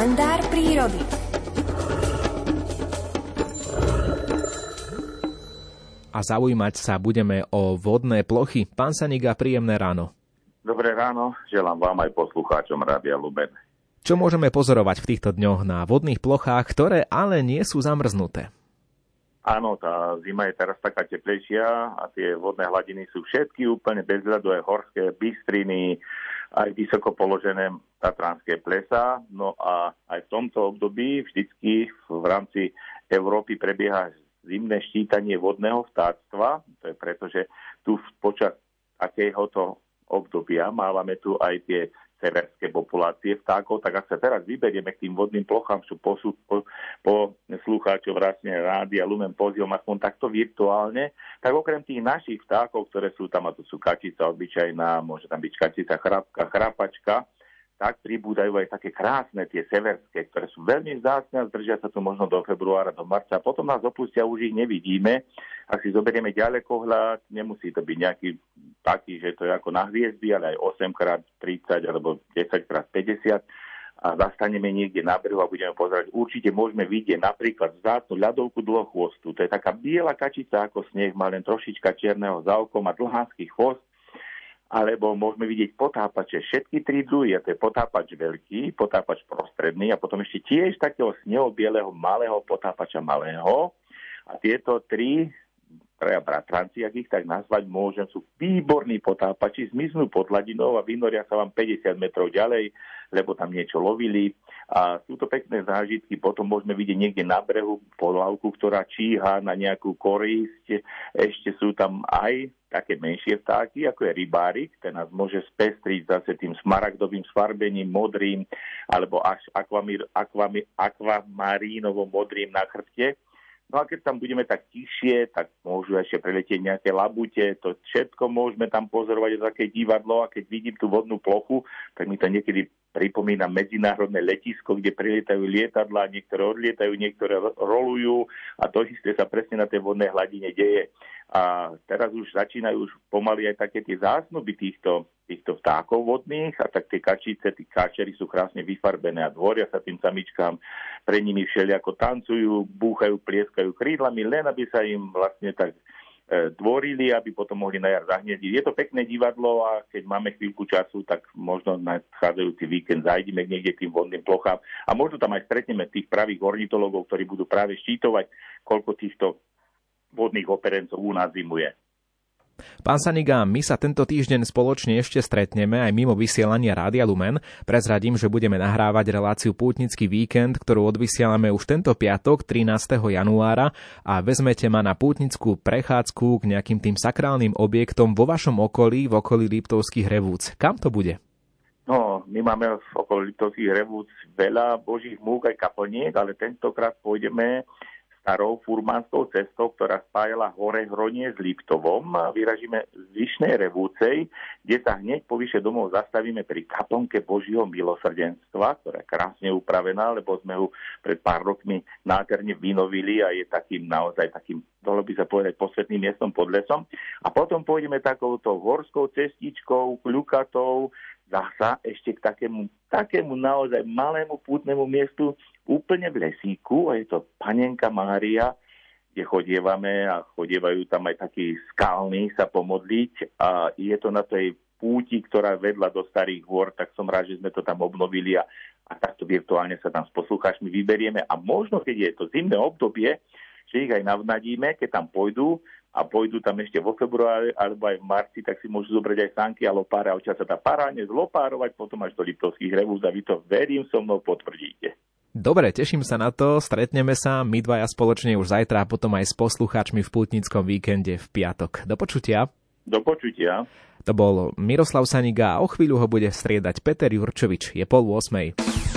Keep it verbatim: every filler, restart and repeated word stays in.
Kalendár prírody. A zaujímať sa budeme o vodné plochy. Pán Saniga, príjemné ráno. Dobré ráno, želám vám aj poslucháčom Rádia Lumen. Čo môžeme pozorovať v týchto dňoch na vodných plochách, ktoré ale nie sú zamrznuté? Áno, tá zima je teraz taká teplejšia a tie vodné hladiny sú všetky úplne bez ľadu, aj horské bystriny, aj vysoko položené tatranské plesá. No a aj v tomto období vždycky v rámci Európy prebieha zimné ščítanie vodného vtáctva. To je preto, že tu počas takéhoto obdobia máme tu aj tie severské populácie vtákov, tak ak sa teraz vyberieme k tým vodným plochám, čo po, po, po slúcháčov vlastne Rádia Lumen pozdiel aspoň takto virtuálne, tak okrem tých našich vtákov, ktoré sú tam, a to sú kačica obyčajná, môže tam byť kačica, chrapka, chrapačka, tak pribúdajú aj také krásne tie severské, ktoré sú veľmi vzácne a zdržia sa tu možno do februára, do marca. A potom nás opustia, už ich nevidíme. Ak si zoberieme ďalekohľad, nemusí to byť nejaký taký, že to je ako na hviezdy, ale aj osem krát tridsať alebo desať krát päťdesiat a zastaneme niekde na brehu a budeme pozerať. Určite môžeme vidieť napríklad vzácnu ľadovku dlhochvostu. To je taká biela kačica ako sneh, má len trošička čierneho za okom a dlhánsky chvost. Alebo môžeme vidieť potápače, všetky tri druhy, to je potápač veľký, potápač prostredný a potom ešte tiež takého snehobieleho malého potápača malého. A tieto tri, traja bratranci, ak ich tak nazvať môžem, sú výborní potápači, zmiznú pod hladinou a vynoria sa vám päťdesiat metrov ďalej, lebo tam niečo lovili. A sú to pekné zážitky, potom môžeme vidieť niekde na brehu podlavku, ktorá číha na nejakú korisť. Ešte sú tam aj také menšie vtáky, ako je rybárik, ten nás môže spestriť zase tým smaragdovým sfarbením, modrým, alebo až akvamir, akvamir, akvamarínovo modrým na chrbte. No a keď tam budeme tak tiššie, tak môžu ešte preletieť nejaké labute, to všetko môžeme tam pozorovať, je také divadlo a keď vidím tú vodnú plochu, tak mi to niekedy pripomína medzinárodné letisko, kde prilietajú lietadlá, niektoré odlietajú, niektoré rolujú a to isté sa presne na tej vodnej hladine deje. A teraz už začínajú už pomaly aj také tie zásnuby týchto, týchto vtákov vodných a tak tie kačice, tí káčery sú krásne vyfarbené a dvoria sa tým samičkám, pre nimi všelijako tancujú, búchajú, plieskajú krídlami, len aby sa im vlastne tak e, dvorili, aby potom mohli na jar zahniezdiť. Je to pekné divadlo a keď máme chvíľku času, tak možno na nadchádzajúci víkend zajdeme niekde k tým vodným plochám a možno tam aj stretneme tých pravých ornitológov, ktorí budú práve ščítovať, koľko týchto vodných operencov u nás zimuje. Pán Saniga, my sa tento týždeň spoločne ešte stretneme aj mimo vysielania Rádia Lumen. Prezradím, že budeme nahrávať reláciu Pútnický víkend, ktorú odvysielame už tento piatok, trinásteho januára a vezmete ma na pútnickú prechádzku k nejakým tým sakrálnym objektom vo vašom okolí, v okolí Liptovských Revúc. Kam to bude? No, my máme v okolí Liptovských Revúc veľa božích múk aj kaplniek, ale tentokrát pôjdeme starou furmánskou cestou, ktorá spájala Hore Hronie s Liptovom a vyražíme z Vyšnej Revúcej, kde sa hneď povyše domov zastavíme pri kaplnke Božieho milosrdenstva, ktorá je krásne upravená, lebo sme ho pred pár rokmi nádherne vynovili a je takým naozaj takým, dalo by sa povedať, posvetným miestom pod lesom. A potom pôjdeme takouto horskou cestičkou, kľukatou, zasa ešte k takému, takému naozaj malému pútnemu miestu úplne v lesíku a je to Panenka Mária, kde chodievame a chodievajú tam aj takí skalní sa pomodliť a je to na tej púti, ktorá vedla do Starých hôr, tak som rád, že sme to tam obnovili a, a takto virtuálne sa tam s poslucháčmi vyberieme a možno, keď je to zimné obdobie, že ich aj navnadíme, keď tam pôjdu a pôjdu tam ešte vo februári alebo aj v marci, tak si môžu zobrať aj sanky a lopáre a odtiaľ sa tá paráne zlopárovať potom až do Liptovských Revúc a vy to, verím, so mnou potvrdíte. Dobre, teším sa na to, stretneme sa, my dvaja spoločne už zajtra a potom aj s poslucháčmi v pútnickom víkende v piatok. Do počutia. Do počutia. To bol Miroslav Saniga a o chvíľu ho bude striedať Peter Jurčovič. Je pol ôsmej.